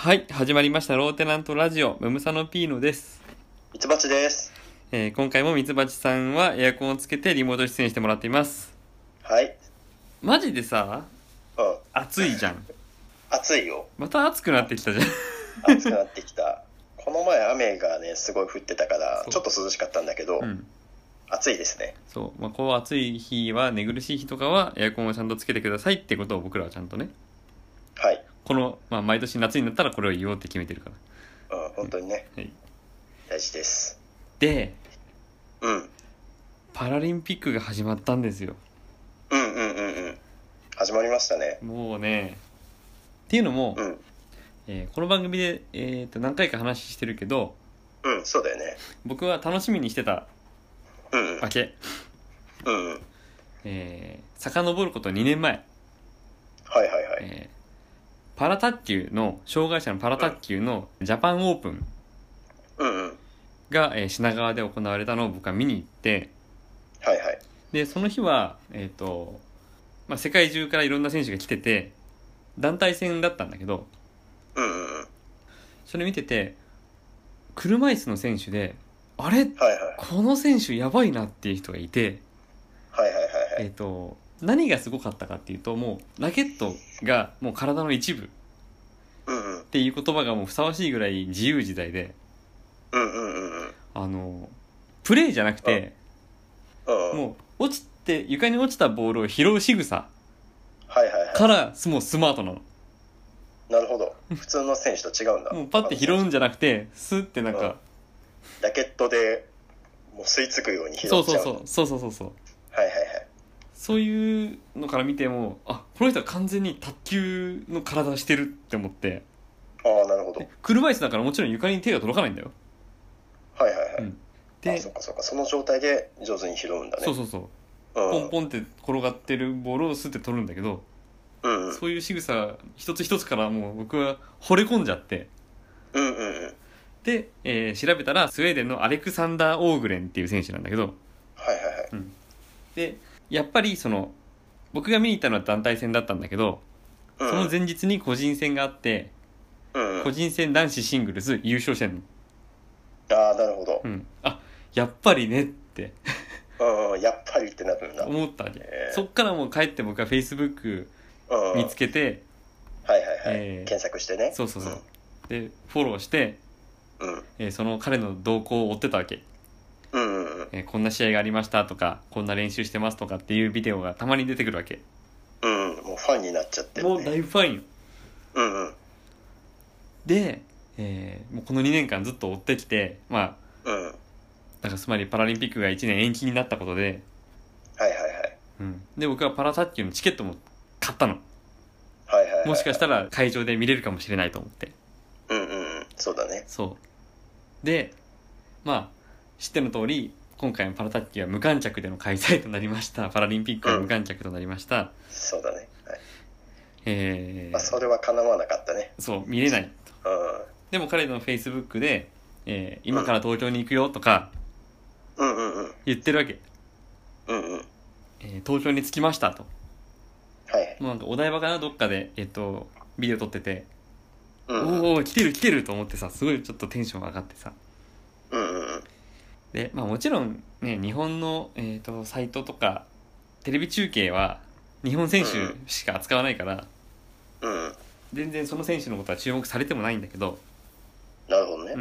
はい、始まりましたローテナントラジオムムサノピーノです。 ミツバチです。 今回もミツバチさんはエアコンをつけてリモート出演してもらっています。 はい。 マジでさ、 うん。 暑いじゃん。 暑いよ。 また暑くなってきたじゃん。 暑くなってきた。この前雨がね、すごい降ってたから、ちょっと涼しかったんだけど、 うん。 暑いですね。 そう、こう暑い日は、寝苦しい日とかはエアコンをちゃんとつけてくださいってことを僕らはちゃんとね、 はい。 この、毎年夏になったらこれを言おうって決めてるかうん、本当にね、 ら。はい。 大事です。 で、 うん。 パラリンピックが始まったんですよ。 うんうんうんうん。始まりましたね。 もうね、っていうのも、 うん。 この番組で、何回か話してるけど、 うん、そうだよね。 僕は楽しみにしてたうんうん。 わけ。 うんうん。 遡ること2年前、 はいはいはい。 パラ卓球の障害者のパラ卓球のジャパンオープンうんうん。 が、品川で行われたのを僕は見に行って、 はいはい。 でその日は、世界中からいろんな選手が来てて団体戦だったんだけど、 うんうんうん。 それ見てて車椅子の選手であれ、 はいはい。 この選手やばいなっていう人がいて、 はいはいはいはい。 何がすごかったかっていうと、もうラケットがもう体の一部っうんうん。 ていう言葉がもうふさわしいぐらい自由自在で、 うんうんうんうん。 プレーじゃなくて、 うんうん。 もう落ちて床に落ちたボールを拾う仕草はいはいはからもうスマートなの。 い。なるほど。普通の選手と違うんだ。 もうパッて拾うんじゃなくてスッてなんか、 ラケットでもう吸い付くように拾っちゃう。 そう、 はいはいはい。 そういうのから見ても、あ、この人は完全に卓球の体してるって思って。 ああ、なるほど。 車椅子だからもちろん床に手が届かないんだよ。 はいはいはい。 うん。 あ、 で、 そっかそっか。その状態で上手に拾うんだね。 そう、 うん。 ポンポンって転がってるボールをスッて取るんだけど、 うんうん。 そういう仕草一つ一つからもう僕は惚れ込んじゃって、 うんうんうん。 で、調べたらスウェーデンのアレクサンダー・オーグレンっていう選手なんだけど、 はいはいはい。 うん、でやっぱりその僕が見に行ったのは団体戦だったんだけど、 うんその前日に個人戦があって、 うんうん。 個人戦男子シングルス優勝してんの。 ああ、なるほど。 あ、やっぱりねってうんうん。やっぱりってなるんだ。 思ったわけ。そっからもう帰って僕は Facebook うんうん。 見つけて、 はいはいはい。検索してね。 そう、でフォローして、 うん。 その彼の動向を追ってたわけ。 うんうんうん。 こんな試合がありましたとか、こんな練習してますとかっていうビデオがたまに出てくるわけ。 うんうん。もうファンになっちゃってるね。 もう大ファンよ。 うんうん。 で、もうこの2年間ずっと追ってきて、 うん。 だからつまりパラリンピックが1年延期になったことで、 はいはいはい。 で僕はパラ卓球のチケットも買ったの。 はいはいはい。 もしかしたら会場で見れるかもしれないと思って。 うんうんうん。そうだね。 そうで、知っての通り今回のパラ卓球は無観客での開催となりました。パラリンピックは無観客となりました。 そうだね。はい。 まあ、 それは叶わなかったね。 そう見れない。でも彼のフェイスブックで、今から東京に行くよとかうんうんうん。 言ってるわけ。 うんうん。 東京に着きましたと。 はい。 もうなんかお台場かなどっかでビデオ撮ってて、 うんおお来てると思ってさ、すごいちょっとテンション上がってさ。 うんうんうん。 でもちろんね、日本のサイトとかテレビ中継は日本選手しか扱わないから、 うんうん。 全然その選手のことは注目されてもないんだけど、 なるほどね。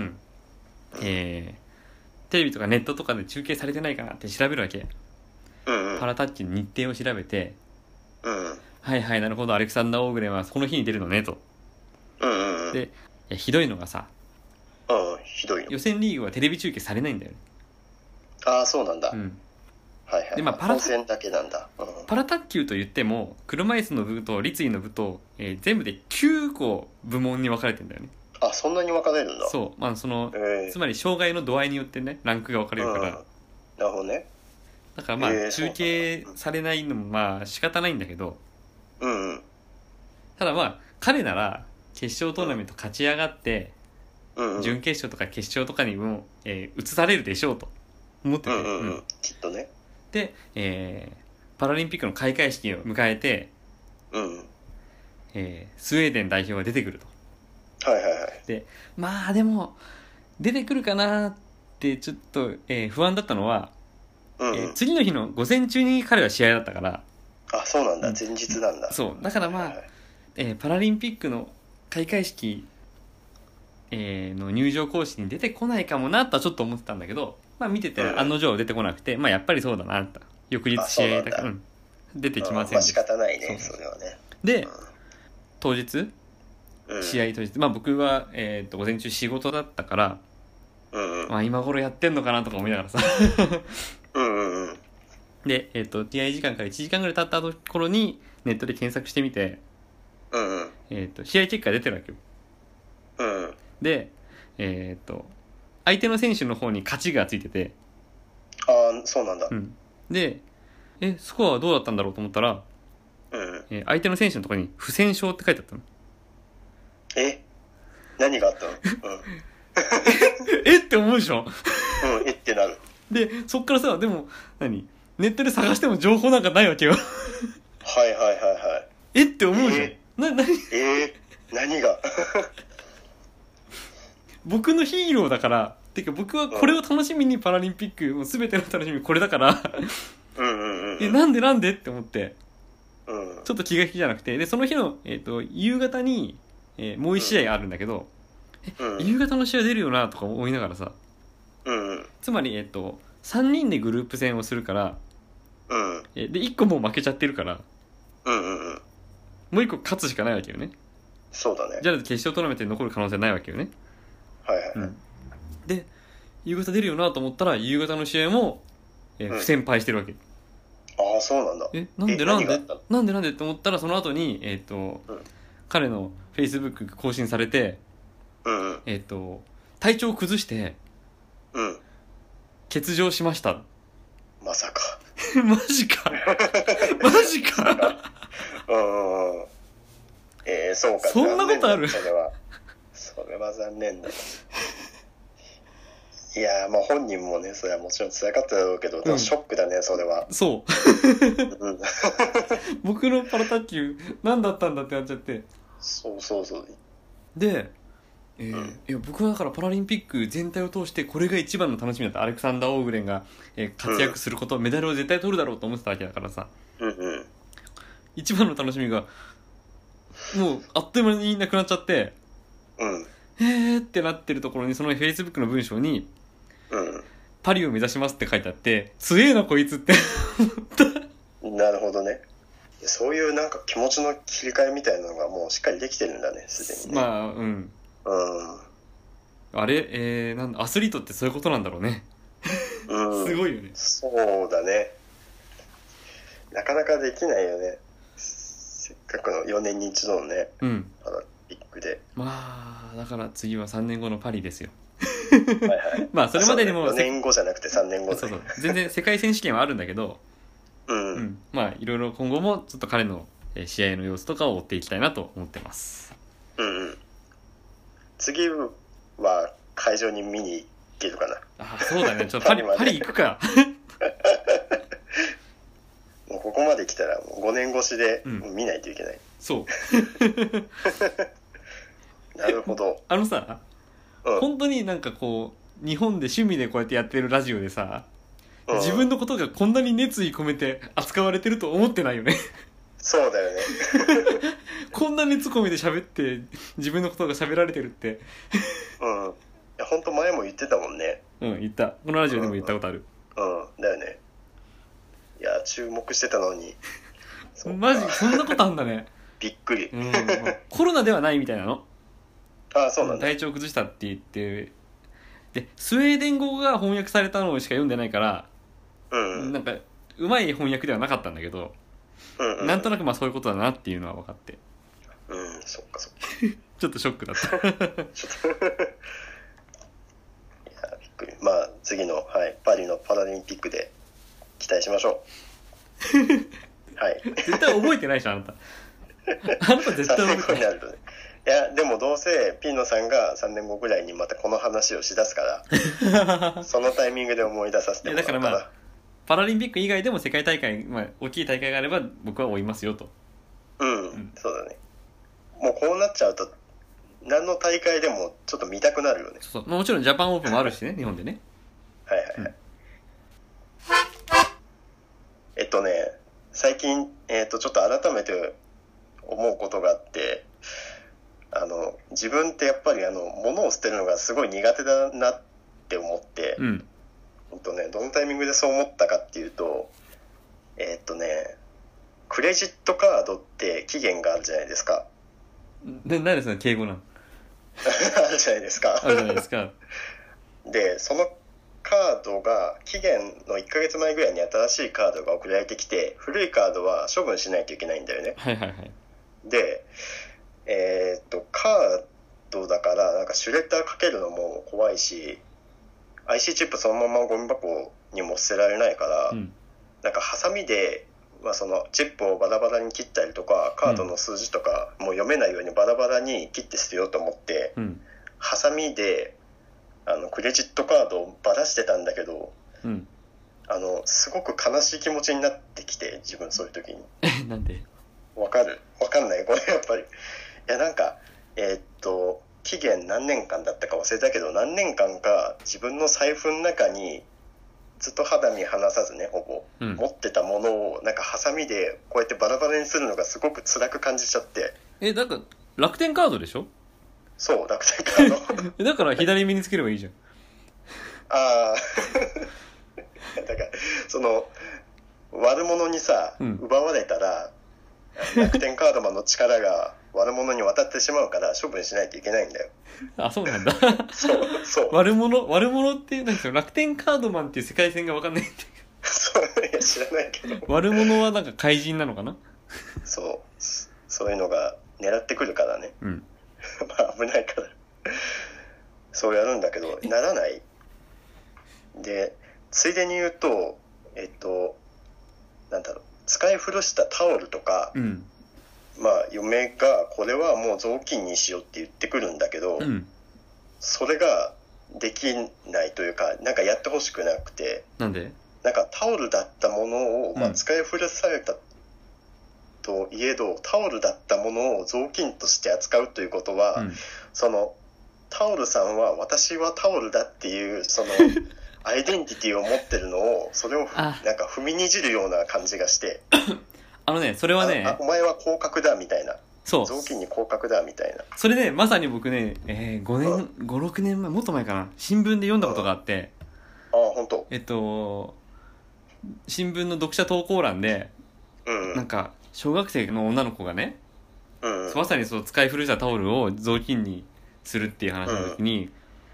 テレビとかネットとかで中継されてないかなって調べるわけ。 うんうん。 パラタッチの日程を調べて、 うんうん。 はいはい、なるほど、アレクサンダー・オーグレンはこの日に出るのねと。 うんうんうん。 で、いやひどいのがさ、 ひどいの。 予選リーグはテレビ中継されないんだよね。 ああ、そうなんだ。はいはい。 で本戦だけなんだ。 パラ卓球といっても車椅子の部と立位の部と、全部で9個部門に分かれてんだよね。 あ、そんなに分かれるんだ。 そう、つまり障害の度合いによってねランクが分かれるから、 なるほどね。 だから中継されないのも仕方ないんだけど、 うんうん。 ただ彼なら決勝トーナメント勝ち上がって、準決勝とか決勝とかにも、移されるでしょうと思ってて、 きっとね。 で、パラリンピックの開会式を迎えて、スウェーデン代表が出てくると。 はいはいはい。 でまあでも出てくるかなってちょっと、不安だったのは、次の日の午前中に彼は試合だったから。 あ、そうなんだ、前日なんだ。 そうだからまあ、はいはい、パラリンピックの開会式、の入場行進に出てこないかもなとはちょっと思ってたんだけど、まあ見てて案の定出てこなくて、まあやっぱりそうだなと。翌日試合だから、出てきません。 まあ仕方ないね、それはね。 で、当日、試合当日、まあ僕は、午前中仕事だったから、まあ今頃やってんのかなとか思いながらさで、TI 時間から1時間ぐらい経った頃にネットで検索してみて、試合結果出てるわけよ。で、相手の選手の方に勝ちがついてて、 ああ、そうなんだ。 で、スコアはどうだったんだろうと思ったら、相手の選手のところに不戦勝って書いてあったの。 何があったの？ って思うでしょ。 ってなる。 で、そっからさ、でもネットで探しても情報なんかないわけよ。 はいはいはいはい。 って思うじゃん。 何が僕のヒーローだから、てか僕はこれを楽しみにパラリンピック、もう全ての楽しみこれだからなんでって思って、ちょっと気が引きじゃなくて、でその日の、夕方に、もう一試合あるんだけど、夕方の試合出るよなとか思いながらさ、つまり3人でグループ戦をするから、で1個もう負けちゃってるから、もう1個勝つしかないわけよね。 そうだね。 じゃあ決勝トーナメントに残る可能性ないわけよね。 はいはい、 で夕方出るよなと思ったら、夕方の試合も、不戦敗してるわけ。ああ、そうなんだ。 なんでって思ったら、その後に彼のフェイスブックが更新されて、体調を崩して欠場しました。 まさかマジかそうか。 そんなことある？ それは残念だ。いやまあ本人もね、それはもちろん辛かっただろうけど、ショックだね、それは。 そう僕のパラ卓球何だったんだってなっちゃって。 そうで、いや僕はだからパラリンピック全体を通してこれが一番の楽しみだった。アレクサンダー・オーグレンが、活躍すること、メダルを絶対取るだろうと思ってたわけだからさ、一番の楽しみがもうあっという間になくなっちゃって、ってなってるところに、そのフェイスブックの文章に、パリを目指しますって書いてあって、強えなこいつって思った。なるほどね。そういうなんか気持ちの切り替えみたいなのがもうしっかりできてるんだね、すでにね。 まああれ、なんだ、アスリートってそういうことなんだろうね。すごいよね。 そうだね。なかなかできないよね。せっかくの4年に一度のね、パラリンピックで。 まあだから次は3年後のパリですよ。 はいまあそれまでにも 4年後じゃなくて3年後だね。 そう全然世界選手権はあるんだけど、まあいろいろ今後もちょっと彼の試合の様子とかを追っていきたいなと思ってます。 次は会場に見に行けるかな。 そうだね。ちょっとパリ行くか。 もうここまで来たらもう5年越しで見ないといけない。 そうなるほど。 さ、本当になんかこう日本で趣味でこうやってやってるラジオでさ、自分のことがこんなに熱意込めて扱われてると思ってないよね。 そうだよね。 こんな熱込めて喋って自分のことが喋られてるって。 いや本当前も言ってたもんね。 言った。このラジオでも言ったことある。 だよね。いや注目してたのに。 マジそんなことあんだね。 びっくり。 コロナではないみたいなの。 そうなんだ。 体調崩したって言って、でスウェーデン語が翻訳されたのしか読んでないから、なんかうまい翻訳ではなかったんだけど、なんとなくまあそういうことだなっていうのは分かって、 そっかちょっとショックだった。いやびっくり。まあ次の、パリのパラリンピックで期待しましょう。はい。 絶対覚えてないじゃん、あなた。あなた絶対覚えてない。 いやでもどうせピーノさんが3年後ぐらいにまたこの話をしだすからそのタイミングで思い出させてもらうかな。 だからまあパラリンピック以外でも世界大会、大きい大会があれば僕は追いますよと。 そうだね。もうこうなっちゃうと何の大会でもちょっと見たくなるよね。 そうそう、もちろんジャパンオープンもあるしね、日本でね。 はいはいはい。最近、ちょっと改めて思うことがあって、自分ってやっぱり物を捨てるのがすごい苦手だなって思って、 うん。 どのタイミングでそう思ったかっていうと、クレジットカードって期限があるじゃないですか。 何でその敬語なの？ あるじゃないですか。 あるじゃないですか。 で、そのカードが期限の1ヶ月前ぐらいに新しいカードが送られてきて、古いカードは処分しないといけないんだよね。 はいはいはい。 で、カードだからなんかシュレッダーかけるのも怖いし、IC チップそのままゴミ箱にも捨てられないから、なんかハサミで、そのチップをバラバラに切ったりとか、カードの数字とかもう読めないようにバラバラに切って捨てようと思って、ハサミでクレジットカードをばらしてたんだけど、すごく悲しい気持ちになってきて、自分そういう時に。 なんで？ わかんないこれやっぱり。いやなんか期限何年間だったか忘れたけど、何年間か自分の財布の中にずっと肌身離さずね、ほぼ、持ってたものをなんかハサミでこうやってバラバラにするのがすごく辛く感じちゃって。 だから楽天カードでしょ？ そう、楽天カード。 だから左目につければいいじゃん。 ああ。だからその悪者にさ、奪われたら楽天カードマンの力が悪者に渡ってしまうから処分しないといけないんだよ。 あ、そうなんだ。 そう。 悪者ってなんですよ。楽天カードマンっていう世界線が分かんないっていう。 そう、いや知らないけど。 悪者はなんか怪人なのかな？ そういうのが狙ってくるからね。まあ危ないからそうやるんだけどならない。で、ついでに言うと、なんだろう、使い古したタオルとか、嫁がこれはもう雑巾にしようって言ってくるんだけど、それができないというか、なんかやってほしくなくて。 なんで？ なんかタオルだったものを、使い古されたといえど、タオルだったものを雑巾として扱うということは、そのタオルさんは私はタオルだっていうそのアイデンティティを持ってるのを、それをなんか踏みにじるような感じがしてそれはね、 お前は降格だみたいな、 そう雑巾に降格だみたいな。 それね、まさに僕ね、5、6年前、もっと前かな、新聞で読んだことがあって、 本当。新聞の読者投稿欄で、なんか小学生の女の子がね、まさにその使い古したタオルを雑巾にするっていう話の時に、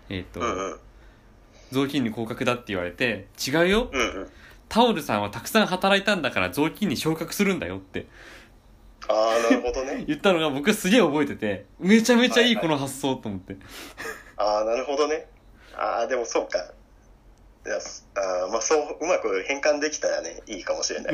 雑巾に降格だって言われて、違うよ、タオルさんはたくさん働いたんだから雑巾に昇格するんだよってなるほどね言ったのが僕すげえ覚えてて、めちゃめちゃいいこの発想と思って、 なるほどね。でもそうか。まあそううまく変換できたらね、いいかもしれない。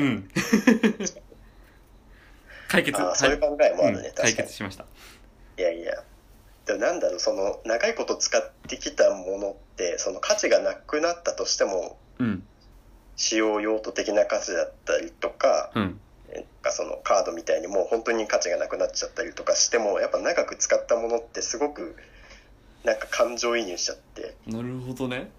解決。 そういう考えもあるね、確かに。 解決しました。 いやいや、でもなんだろう、その長いこと使ってきたものってその価値がなくなったとしても、使用用途的な価値だったりとか、そのカードみたいにもう本当に価値がなくなっちゃったりとかしても、やっぱ長く使ったものってすごくなんか感情移入しちゃって。 なるほどね。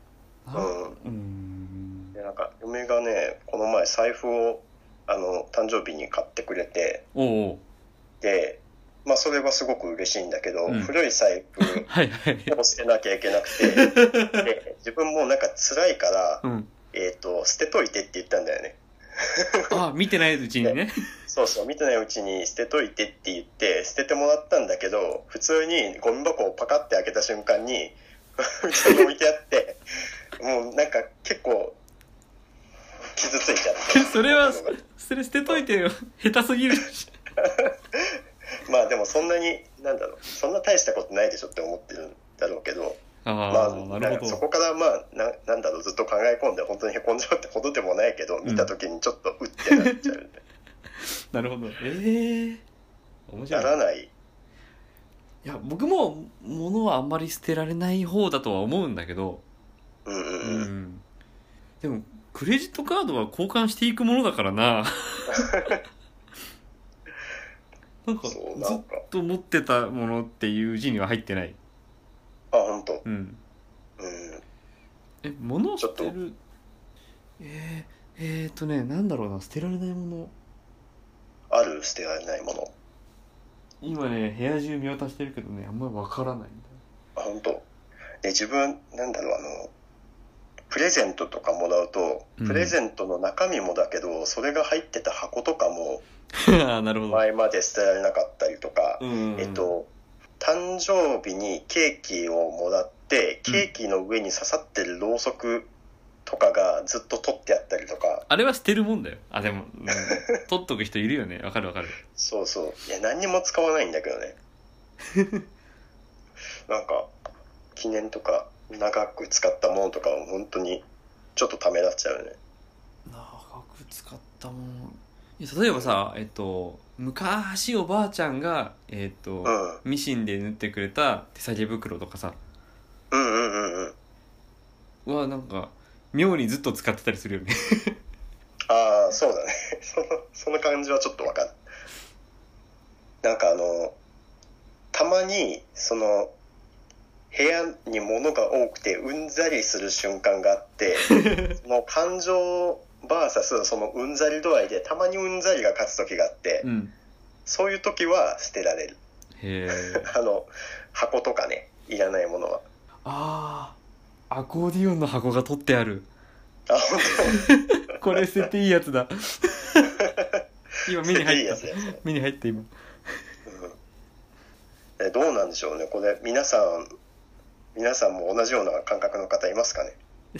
でなんか嫁がね、この前財布を誕生日に買ってくれて、でまあそれはすごく嬉しいんだけど、古い財布を捨てなきゃいけなくてで自分もなんか辛いから、捨てといてって言ったんだよね。 見てないうちにね。 そう見てないうちに捨てといてって言って捨ててもらったんだけど、普通にゴミ箱をパカって開けた瞬間にうちに置いてあってもうなんか結構傷ついちゃってそれ捨てといてよ、下手すぎるしまあでもそんなにそんな大したことないでしょって思ってるんだろうけど、 なるほど。 そこからまあずっと考え込んで本当にへこんじゃうってほどでもないけど、見た時にちょっとうってなっちゃうんでなるほど。面白い。 ならない。 いや僕も物はあんまり捨てられない方だとは思うんだけど、でもクレジットカードは交換していくものだからななんかずっと持ってたものっていう字には入ってない。 あ、ほんと。 うん物を捨てるなんだろうな、捨てられないものある？捨てられないもの。 今ね、部屋中見渡してるけどね、あんまりわからないんだよ。 あ、ほんと。で、自分、なんだろう、プレゼントとかもらうと、プレゼントの中身もだけど、それが入ってた箱とかも、 なるほど。 前まで捨てられなかったりとか、 誕生日にケーキをもらって、ケーキの上に刺さってるろうそくとかがずっと取ってあったりとか。 あれは捨てるもんだよ。あ、でも、取っとく人いるよね。わかるわかる。 そうそう。いや、何にも使わないんだけどね。なんか、記念とか、長く使ったものとかは本当にちょっとためらっちゃうね。 長く使ったもの。例えばさ、昔おばあちゃんが、ミシンで縫ってくれた手提げ袋とかさ。は、なんか、妙にずっと使ってたりするよね。 ああ、そうだね。その感じはちょっとわかる。なんかたまに、部屋に物が多くてうんざりする瞬間があってその感情 VS そのうんざり度合いでたまにうんざりが勝つ時があって、そういう時は捨てられる。 へ箱とかね、いらないものは。 ああ、アコーディオンの箱が取ってある。 あ、本当これ捨てていいやつだ。今目に入った。目に入った今。 どうなんでしょうね、これ。皆さんも同じような感覚の方いますかね。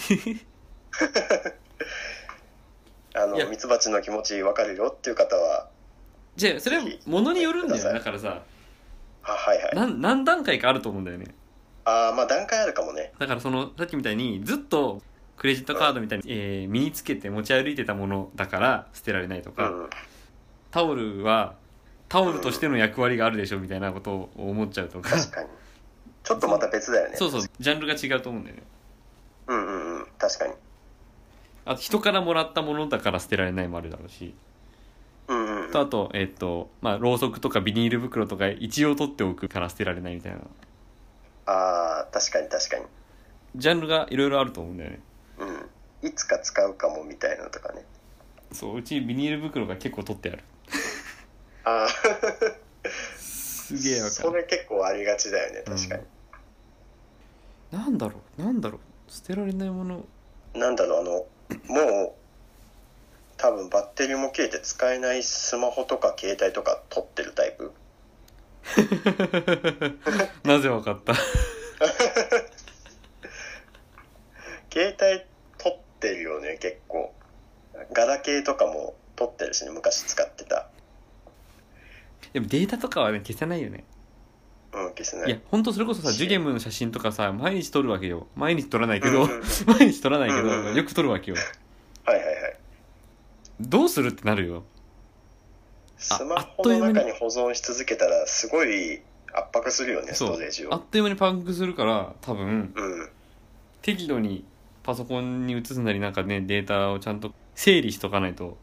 ミツバチの気持ち分かるよっていう方は。 じゃあそれは物によるんだよ。だからさ、 はいはい、 何段階かあると思うんだよね。 ああ、まあ段階あるかもね。 だからさっきみたいにずっとクレジットカードみたいに、身につけて持ち歩いてたものだから捨てられないとか、タオルはタオルとしての役割があるでしょみたいなことを思っちゃうとか。 確かにちょっとまた別だよね。 そうジャンルが違うと思うんだよね。 確かに。 あと人からもらったものだから捨てられないもあるだろうし、あとろうそくとかビニール袋とか一応取っておくから捨てられないみたいな。 ああ、確かにジャンルがいろいろあると思うんだよね。 いつか使うかもみたいなのとかね。 うちビニール袋が結構取ってある。 ああすげえわかる。 それ結構ありがちだよね、確かに。 なんだろう捨てられないもの。 なんだろう、もう多分バッテリーも切れて使えないスマホとか携帯とか取ってるタイプ。 なぜわかった？ 携帯取ってるよね、結構。ガラケーとかも取ってるしね、昔使ってた。 でもデータとかはね、消せないよね。 消せない。 いや、ほんとそれこそさ、ジュゲムの写真とかさ、毎日撮るわけよ。毎日撮らないけど、毎日撮らないけど、よく撮るわけよ。 はい。 どうするってなるよ。 スマホの中に保存し続けたら、すごい圧迫するよね、ストレージを。 あっという間にパンクするから、多分、適度にパソコンに移すなりなんかね、データをちゃんと整理しとかないと。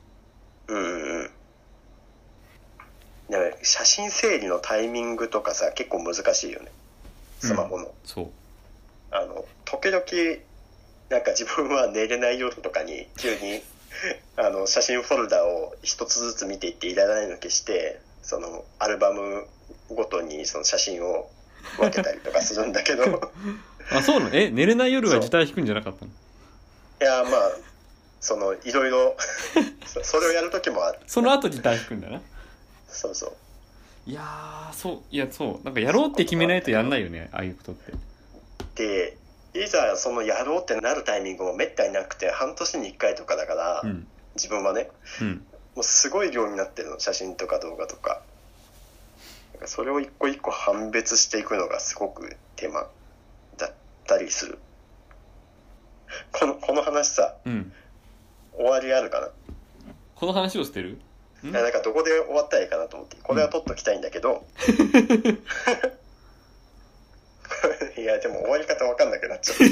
写真整理のタイミングとかさ、結構難しいよね、スマホの。時々なんか自分は寝れない夜とかに急に写真フォルダを一つずつ見ていっていらないの消して、そのアルバムごとにその写真を分けたりとかするんだけどあ、そうなの？寝れない夜はギター弾くんじゃなかったの？ いや、まあいろいろそれをやる時もある。 その後ギター弾くんだな。 そういやなんかやろうって決めないとやんないよね、ああいうことって。 で、いざそのやろうってなるタイミングもめったになくて、半年に1回とかだから、自分はね、もうすごい量になってるの、写真とか動画とか。それを一個一個判別していくのがすごく手間だったりする。この話さ、終わりあるかな？ この話をしてる？ なんかどこで終わったらいいかなと思って、これは取っときたいんだけど、いやでも終わり方分かんなくなっちゃ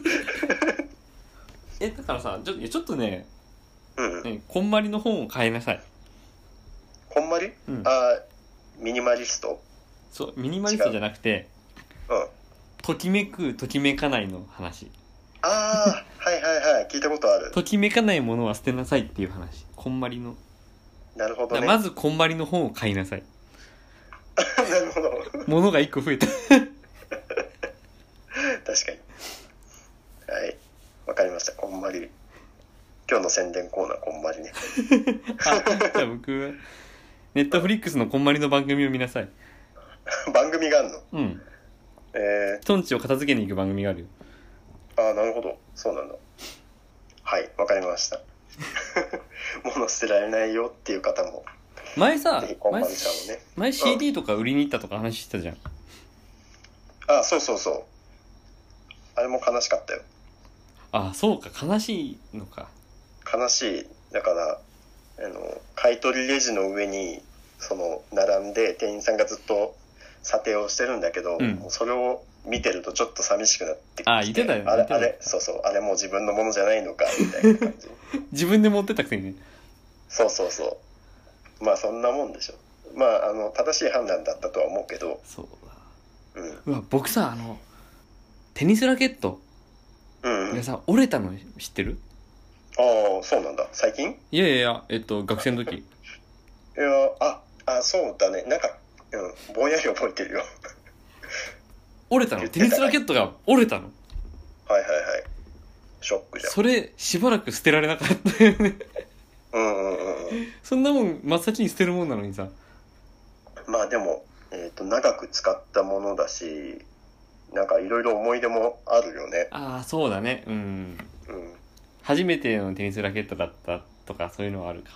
う。 だからさ、ちょっとね、こんまりの本を買いなさい。 こんまり？ ミニマリスト？ そうミニマリストじゃなくて、ときめくときめかないの話。 ああはいはいはい、聞いたことある。 ときめかないものは捨てなさいっていう話。こんまりの。 なるほどね。 まずこんまりの本を買いなさい。 なるほど。 物が1個増えた。 確かに。はい、わかりました。こんまり。今日の宣伝コーナーこんまりね。 じゃあ僕ネットフリックスのこんまりの番組を見なさい。 番組があるの？ うん。トンチを片付けに行く番組があるよ。 ああ、なるほど。そうなんだ。はい、わかりました。物捨てられないよっていう方も前さ、 ぜひこんまりさんをね。 前 CD とか売りに行ったとか話してたじゃん。 あ、そうそうそう。あれも悲しかったよ。 あ、そうか、悲しいのか。 悲しい。だから買い取りレジの上にその並んで店員さんがずっと査定をしてるんだけど、もうそれを見てるとちょっと寂しくなってきて、 あ、言ってたよね。 あれそうそう、あれもう自分のものじゃないのかみたいな感じ。 自分で持ってたくせにね。 そうそうそう。まあそんなもんでしょ。まあ正しい判断だったとは思うけど。 そうだ。うわ、僕さテニスラケットがさ、折れたの知ってる？ ああ、そうなんだ。最近？ いやいや学生の時。 いや、そうだね。なんか、ぼんやり覚えてるよ。 折れたの。テニスラケットが折れたの。 はいはいはい。ショックじゃん。 それしばらく捨てられなかったよね。そんなもん真っ先に捨てるもんなのにさ。 まあでも、長く使ったものだし、なんかいろいろ思い出もあるよね。 ああ、そうだね。初めてのテニスラケットだったとかそういうのはあるか。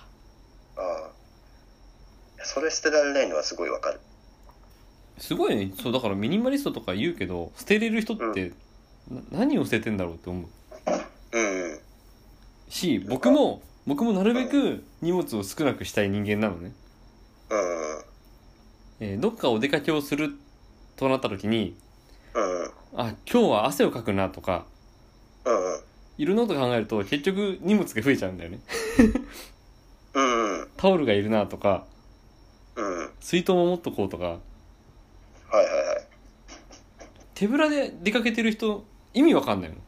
それ捨てられないのはすごいわかる。 すごいね。そうだからミニマリストとか言うけど、捨てれる人って、何を捨ててんだろうって思う。し、僕もなるべく荷物を少なくしたい人間なのね。どっかお出かけをするとなった時に、今日は汗をかくなとか、いろんなこと考えると結局荷物が増えちゃうんだよね。タオルがいるなとか、水筒も持っとこうとか。手ぶらで出かけてる人意味わかんないの。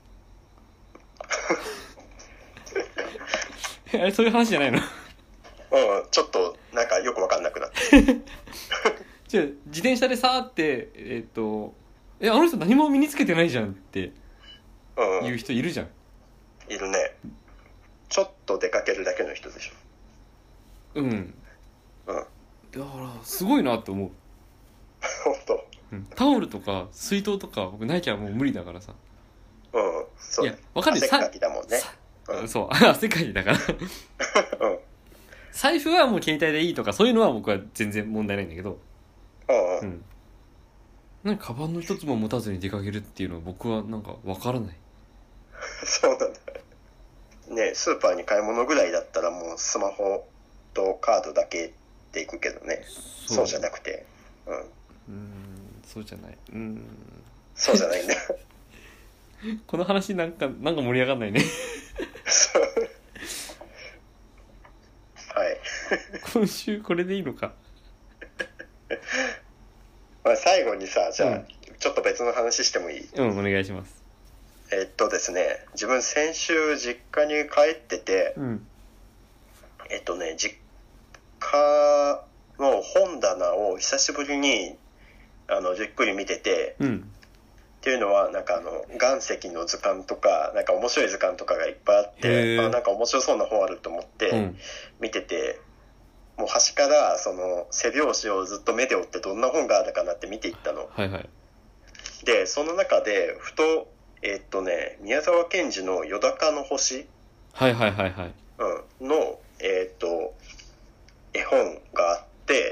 あれそういう話じゃないの？ ちょっとなんかよくわかんなくなって。 じゃあ自転車でさーってあの人何も身につけてないじゃんっていう人いるじゃん。 いるね。ちょっと出かけるだけの人でしょ。 だからすごいなって思う。 本当。 タオルとか水筒とか僕ないきゃもう無理だからさ。 そう。 いやわかるよ。 汗かきだもんね。 そう汗かきだから。財布はもう携帯でいいとかそういうのは僕は全然問題ないんだけど。なんかカバンの一つも持たずに出かけるっていうのは僕はなんかわからない。 そうなんだね。スーパーに買い物ぐらいだったらもうスマホとカードだけで行くけどね。そうじゃなくて。 そうじゃない。 そうじゃないんだ。 この話なんか盛り上がんないね。 はい。 今週これでいいのか。 まあ最後にさ、じゃあ、ちょっと別の話してもいい？ お願いします。 ですね、自分先週実家に帰ってて、実家の本棚を久しぶりにじっくり見てて、っていうのはなんか岩石の図鑑とかなんか面白い図鑑とかがいっぱいあって、なんか面白そうな本あると思って見てて、もう端からその背表紙をずっと目で追ってどんな本があるかなって見ていったの。でその中でふと宮沢賢治のよだかの星の絵本があって、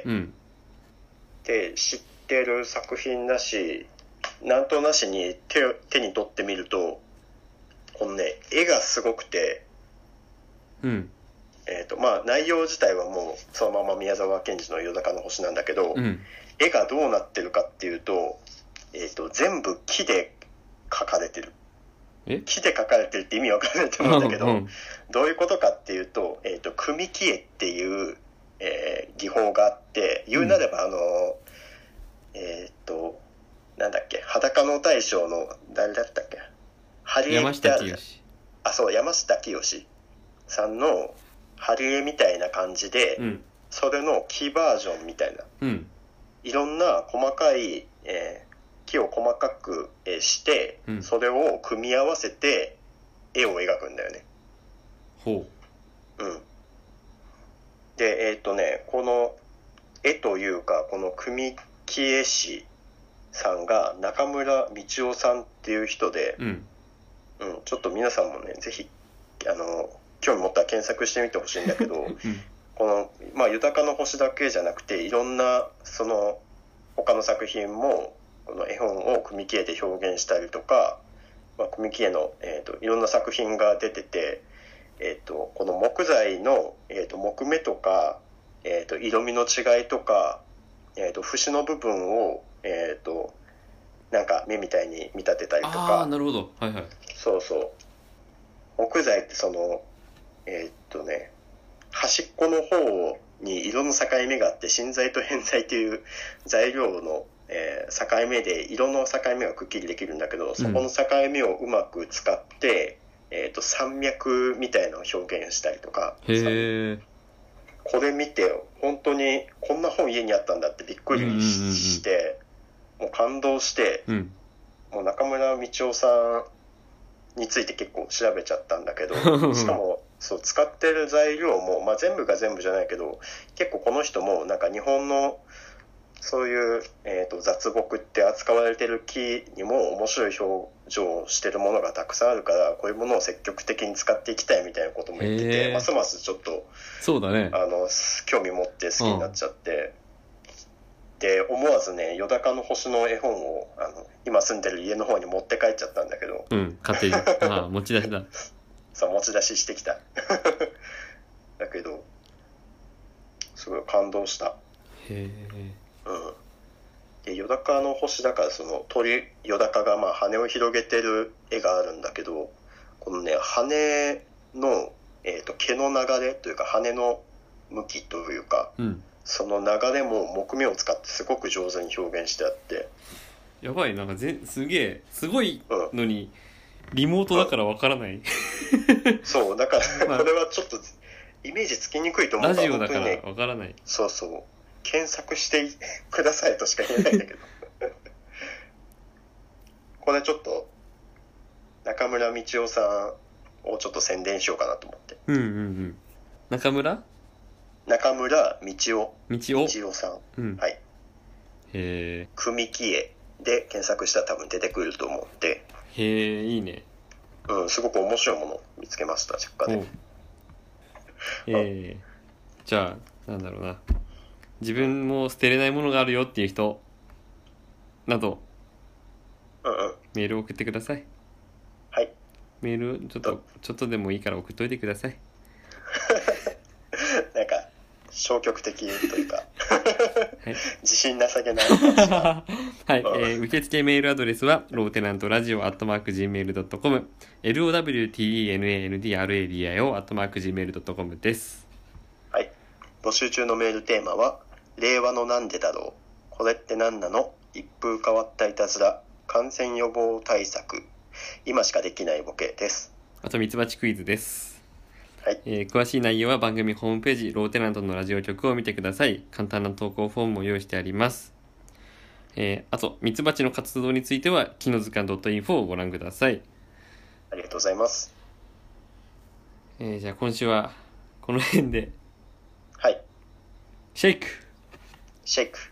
で知ってる作品だしなんとなしに手に取ってみるとこのね絵がすごくて、まあ内容自体はもうそのまま宮沢賢治のよだかの星なんだけど、絵がどうなってるかっていうと、全部木で描かれてる。木で描かれてるって意味わかんないと思うんだけど、どういうことかっていうと、組木絵っていう、 技法があって、言うなればなんだっけ、裸の大将の誰だったっけ、ハリエ山下清。 そう、山下清さんのハリエみたいな感じで、それの木バージョンみたいな、いろんな細かい、木を細かくして、それを組み合わせて絵を描くんだよね。 ほう。で、この絵というか、この組木絵師さんが中村道夫さんっていう人で、ちょっと皆さんもね、ぜひ興味持ったら検索してみてほしいんだけど、この豊かの星だけじゃなくて、いろんなその他の作品もこの絵本を組木絵で表現したりとか、組木絵のいろんな作品が出てて、この木材の木目とか色味の違いとか、節の部分をなんか目みたいに見立てたりとか。 なるほど。はいはい。 そうそう。木材ってその端っこの方に色の境目があって、真材と偏材という材料の、境目で色の境目がくっきりできるんだけど、そこの境目をうまく使って、山脈みたいなのを表現したりとか。 へー。 これ見て本当にこんな本家にあったんだってびっくりして、もう感動して、もう中村道夫さんについて結構調べちゃったんだけどしかもそう使ってる材料も、全部が全部じゃないけど、結構この人もなんか日本のそういう、雑木って扱われてる木にも面白い表情をしてるものがたくさんあるから、こういうものを積極的に使っていきたいみたいなことも言ってて、ますますちょっとそうだね、 興味持って好きになっちゃって、で思わずね、よだかの星の絵本を今住んでる家の方に持って帰っちゃったんだけど、 勝手に持ち出しだそう持ち出ししてきただけどすごい感動した。 へえ。 でよだかの星だから、その鳥よだかが羽を広げてる絵があるんだけど、このね羽の、毛の流れというか羽の向きというか、その流れも木目を使ってすごく上手に表現してあって、 やばい、なんかすげえすごいのに、リモートだからわからない、 そうだからこれはちょっとイメージつきにくいと思うから、 ラジオだからわからない、 そうそう検索してくださいとしか言えないんだけどこれちょっと中村道夫さんをちょっと宣伝しようかなと思って。 中村道夫さん、はい。 へえ。 組木絵で検索したら多分出てくると思って。 へえ、いいね。 すごく面白いものを見つけました、実家で。 じゃあなんだろうな、自分も捨てれないものがあるよっていう人など、メールを送ってください。 はい。 メールちょっとでもいいから送っといてくださいなんか消極的というか、 はい、 自信なさげなはい、受付メールアドレスはローテナントラジオ@gmail.com lowtenantradio@gmail.com です。 はい。募集中のメールテーマは、令和のなんでだろう、これって何なの、一風変わったいたずら、感染予防対策、今しかできないボケです。 あとミツバチクイズです。 はい。 詳しい内容は番組ホームページローテナントのラジオ局を見てください。簡単な投稿フォームも用意してあります。あとミツバチの活動については木の図鑑 .info をご覧ください。 ありがとうございます。 じゃあ今週はこの辺で。 はい。 シェイク。